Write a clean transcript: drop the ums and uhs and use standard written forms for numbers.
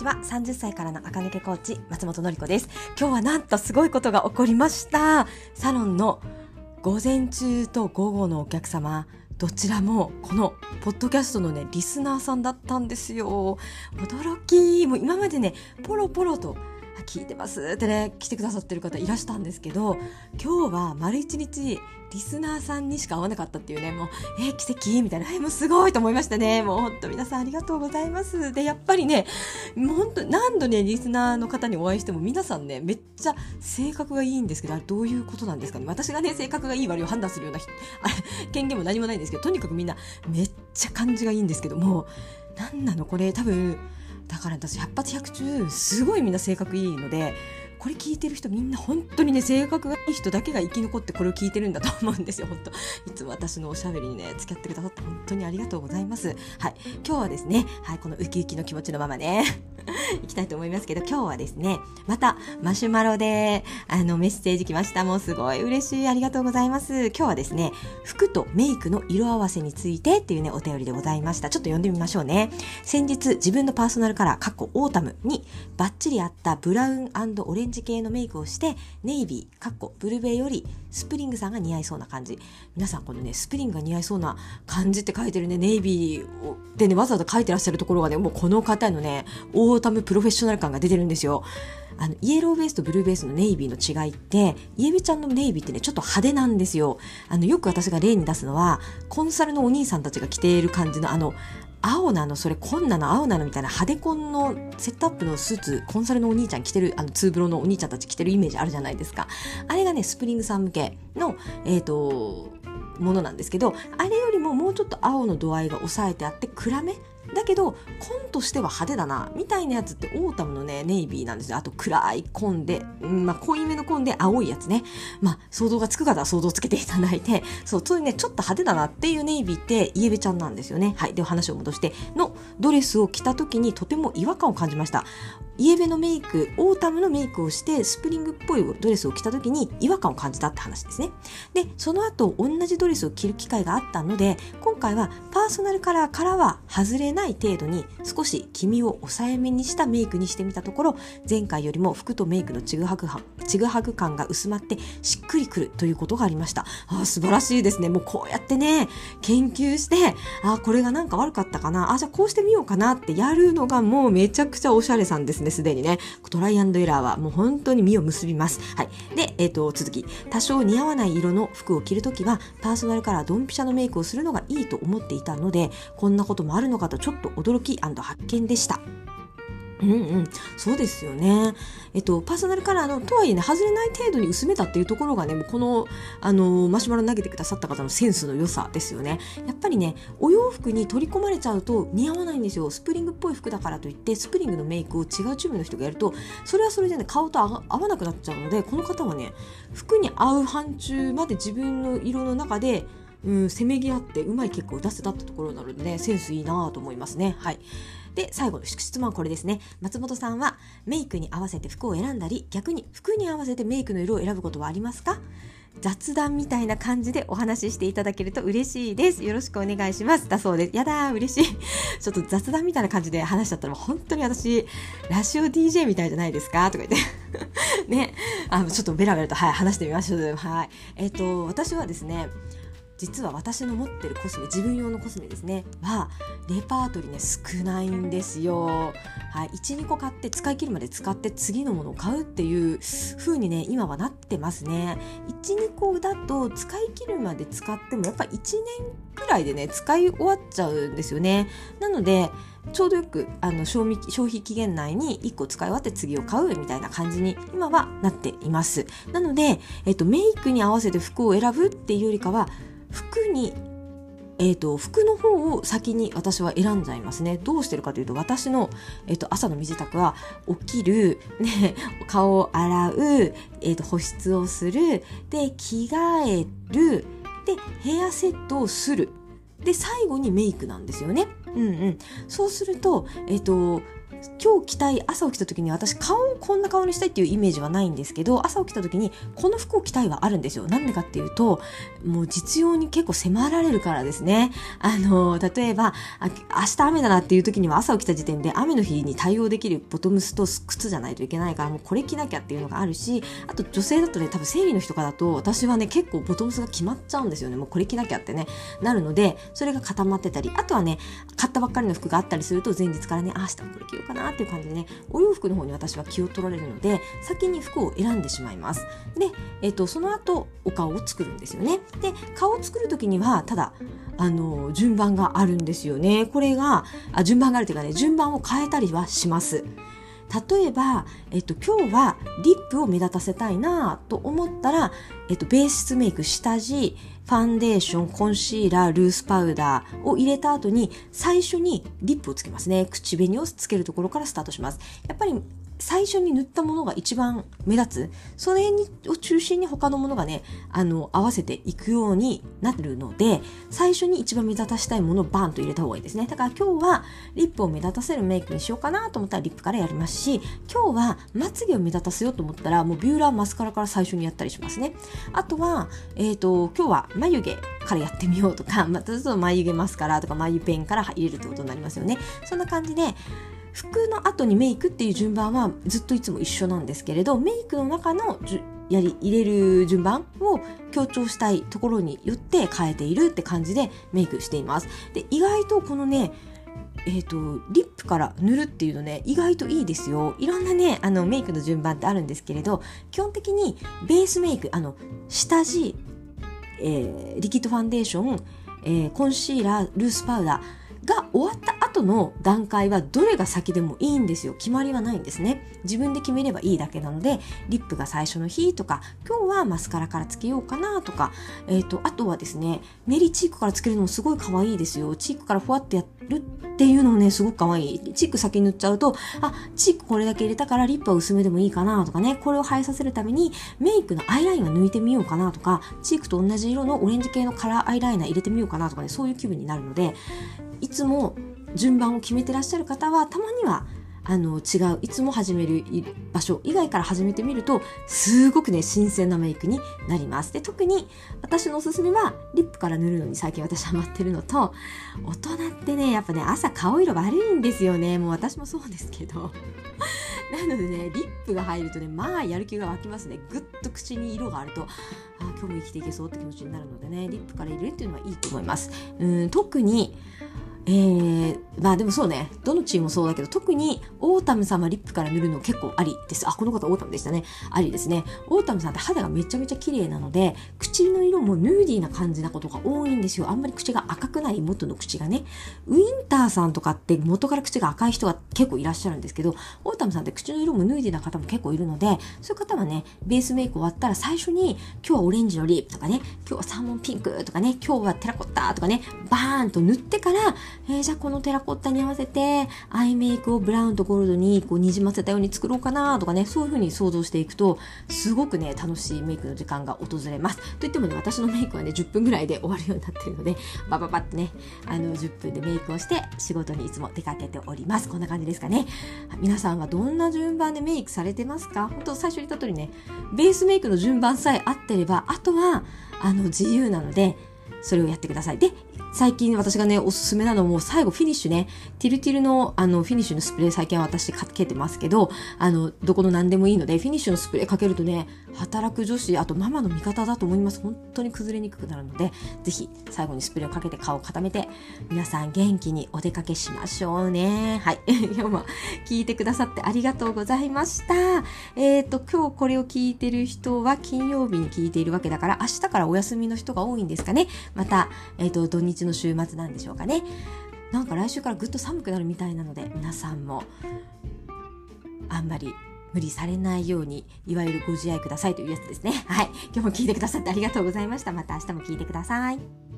は30歳からの赤抜けコーチ松本のり子です。今日はなんとすごいことが起こりました。サロンの午前中と午後のお客様どちらもこのポッドキャストのねリスナーさんだったんですよ。驚き。もう今までねポロポロと聞いてますってね来てくださってる方いらしたんですけど、今日は丸一日リスナーさんにしか会わなかったっていうね、もう奇跡みたいな、もうすごいと思いましたね。もう本当皆さんありがとうございます。でやっぱりね、もう本当何度ねリスナーの方にお会いしても皆さんねめっちゃ性格がいいんですけど、あれどういうことなんですかね。私がね性格がいい悪いを判断するような権限も何もないんですけど、とにかくみんなめっちゃ感じがいいんですけども、なんなのこれ多分だから私100発100中すごいみんな性格いいので、これ聞いてる人みんな本当にね性格がいい人だけが生き残ってこれを聞いてるんだと思うんですよ。本当いつも私のおしゃべりにね付き合ってくださって本当にありがとうございます。はい、今日はですね、このウキウキの気持ちのままねいきたいと思いますけど、今日はですねまたマシュマロでメッセージ来ました。もうすごい嬉しい、ありがとうございます。今日はですね服とメイクの色合わせについてっていうねお便りでございました。ちょっと読んでみましょうね。先日自分のパーソナルカラーオータムにバッチリ合ったブラウン&オレンジ系のメイクをしてネイビーブルベよりスプリングさんが似合いそうな感じ。皆さんこのねスプリングが似合いそうな感じって書いてるねネイビーでねわざわざ書いてらっしゃるところがねもうこの方のねオータムプロフェッショナル感が出てるんですよ。イエローベースとブルーベースのネイビーの違いって、イエベちゃんのネイビーってねちょっと派手なんですよ。よく私が例に出すのはコンサルのお兄さんたちが着ている感じの青なのそれ紺なの青なのみたいな派手紺のセットアップのスーツ、コンサルのお兄ちゃん着てるツーブロのお兄ちゃんたち着てるイメージあるじゃないですか。あれがねスプリングさん向けのものなんですけど、あれよりももうちょっと青の度合いが抑えてあって暗めだけど紺としては派手だなみたいなやつってオータムのねネイビーなんですよ。あと暗い紺で、濃いめの紺で青いやつね。想像がつく方は想像つけていただいて、そういうねちょっと派手だなっていうネイビーってイエベちゃんなんですよね。はい、では話を戻してのドレスを着た時にとても違和感を感じました。イエベのメイク、オータムのメイクをしてスプリングっぽいドレスを着た時に違和感を感じたって話ですね。でその後同じドレスを着る機会があったので、今回はパーソナルカラーからは外れない程度に少し黄身を抑えめにしたメイクにしてみたところ、前回よりも服とメイクのちぐはぐ感が薄まってしっくりくるということがありました。素晴らしいですね。もうこうやってね研究してこれがなんか悪かったかな、じゃあこうしてみようかなってやるのがもうめちゃくちゃおしゃれさんですね。すでにねトライアンドエラーはもう本当に実を結びます。はい、で、続き、多少似合わない色の服を着るときはパーソナルカラードンピシャのメイクをするのがいいと思っていたので、こんなこともあるのかとちょっと驚き&発見でした。そうですよね。パーソナルカラーのとはいえね外れない程度に薄めたっていうところがねもうこのマシュマロ投げてくださった方のセンスの良さですよね。やっぱりねお洋服に取り込まれちゃうと似合わないんですよ。スプリングっぽい服だからといってスプリングのメイクを違うチームの人がやるとそれはそれでね顔と合わなくなっちゃうので、この方はね服に合う範疇まで自分の色の中でせめぎ合ってうまい結果を出せたってところなのでねセンスいいなと思いますね。はい。で最後の質問はこれですね。松本さんはメイクに合わせて服を選んだり逆に服に合わせてメイクの色を選ぶことはありますか？雑談みたいな感じでお話ししていただけると嬉しいです。よろしくお願いしますだそうです。やだー嬉しいちょっと雑談みたいな感じで話しちゃったら本当に私ラジオ DJ みたいじゃないですかとか言ってねちょっとベラベラと、話してみましょう。私はですね実は私の持ってるコスメ、自分用のコスメですねはレパートリーね少ないんですよ。1、2個買って使い切るまで使って次のものを買うっていう風にね今はなってますね。1、2個だと使い切るまで使ってもやっぱ1年くらいでね使い終わっちゃうんですよね。なのでちょうどよく消費期限内に1個使い終わって次を買うみたいな感じに今はなっています。なので、メイクに合わせて服を選ぶっていうよりかは服の方を先に私は選んじゃいますね。どうしてるかというと私の、朝の身支度は起きる、顔を洗う、保湿をするで着替えるでヘアセットをするで最後にメイクなんですよね。そうすると、 今日着たい、朝起きた時に私顔をこんな顔にしたいっていうイメージはないんですけど、朝起きた時にこの服を着たいはあるんですよ。なんでかっていうと、もう実用に結構迫られるからですね。例えば明日雨だなっていう時には朝起きた時点で雨の日に対応できるボトムスと靴じゃないといけないから、もうこれ着なきゃっていうのがあるし、あと女性だとね、多分生理の日とかだと私はね結構ボトムスが決まっちゃうんですよね。もうこれ着なきゃってねなるので、それが固まってたり、あとはね買ったばっかりの服があったりすると前日からね、明日もこれ着ようかなっていう感じでね、お洋服の方に私は気を取られるので先に服を選んでしまいます。で、その後お顔を作るんですよね。で、顔を作る時にはただ順番があるんですよね。これが順番があるというかね、順番を変えたりはします。例えば、今日はリップを目立たせたいなと思ったら、ベースメイク、下地、ファンデーション、コンシーラー、ルースパウダーを入れた後に最初にリップをつけますね。口紅をつけるところからスタートします。やっぱり最初に塗ったものが一番目立つ。それを中心に他のものがね、合わせていくようになるので、最初に一番目立たしたいものをバーンと入れた方がいいですね。だから今日はリップを目立たせるメイクにしようかなと思ったらリップからやりますし、今日はまつげを目立たせようと思ったらもうビューラーマスカラから最初にやったりしますね。あとは、今日は眉毛からやってみようとか、また眉毛マスカラとか眉ペンから入れるってことになりますよね。そんな感じで、服の後にメイクっていう順番はずっといつも一緒なんですけれど、メイクの中の入れる順番を強調したいところによって変えているって感じでメイクしています。で、意外とこのね、リップから塗るっていうのね、意外といいですよ。いろんなね、メイクの順番ってあるんですけれど、基本的にベースメイク、下地、リキッドファンデーション、コンシーラー、ルースパウダーが終わった後の段階はどれが先でもいいんですよ。決まりはないんですね。自分で決めればいいだけなので、リップが最初の日とか、今日はマスカラからつけようかなとか、あとはですね、メリーチークからつけるのもすごい可愛いですよ。チークからふわってやるっていうのもね、すごく可愛い。チーク先に塗っちゃうと、チークこれだけ入れたからリップは薄めでもいいかなとかね、これを映えさせるためにメイクのアイラインは抜いてみようかなとか、チークと同じ色のオレンジ系のカラーアイライナー入れてみようかなとかね、そういう気分になるので、いつも順番を決めてらっしゃる方はたまには違う、いつも始める場所以外から始めてみるとすごくね新鮮なメイクになります。で、特に私のおすすめはリップから塗るのに最近私ハマってるのと、大人ってねやっぱね朝顔色悪いんですよね。もう私もそうですけどなのでね、リップが入るとね、まあやる気が湧きますね。ぐっと口に色があると、今日も生きていけそうって気持ちになるのでね、リップから入れるっていうのはいいと思います。特にでもそうね、どのチームもそうだけど、特にオータムさんはリップから塗るの結構ありです。この方オータムでしたね。ありですね。オータムさんって肌がめちゃめちゃ綺麗なので、口の色もヌーディーな感じなことが多いんですよ。あんまり口が赤くない元の口がね。ウィンターさんとかって元から口が赤い人が結構いらっしゃるんですけど、オータムさんって口の色もヌーディーな方も結構いるので、そういう方はね、ベースメイク終わったら最初に今日はオレンジのリップとかね、今日はサーモンピンクとかね、今日はテラコッタとかね、バーンと塗ってから、じゃあこのテラコッタに合わせてアイメイクをブラウンとゴールドにこうにじませたように作ろうかなとかね、そういう風に想像していくとすごくね楽しいメイクの時間が訪れます。といってもね、私のメイクはね10分ぐらいで終わるようになっているので、バババってね10分でメイクをして仕事にいつも出かけております。こんな感じですかね。皆さんはどんな順番でメイクされてますか？本当最初に言った通りね、ベースメイクの順番さえ合ってればあとは自由なので、それをやってください。で、最近私がねおすすめなのも最後フィニッシュね、ティルティルのフィニッシュのスプレー最近は私かけてますけど、どこの何でもいいのでフィニッシュのスプレーかけるとね、働く女子、あとママの味方だと思います。本当に崩れにくくなるので、ぜひ最後にスプレーをかけて顔を固めて皆さん元気にお出かけしましょうね。はい今日も聞いてくださってありがとうございました。今日これを聞いてる人は金曜日に聞いているわけだから、明日からお休みの人が多いんですかね。また、土日の週末なんでしょうかね。なんか来週からぐっと寒くなるみたいなので、皆さんもあんまり無理されないように、いわゆるご自愛くださいというやつですね。はい、今日も聞いてくださってありがとうございました。また明日も聞いてください。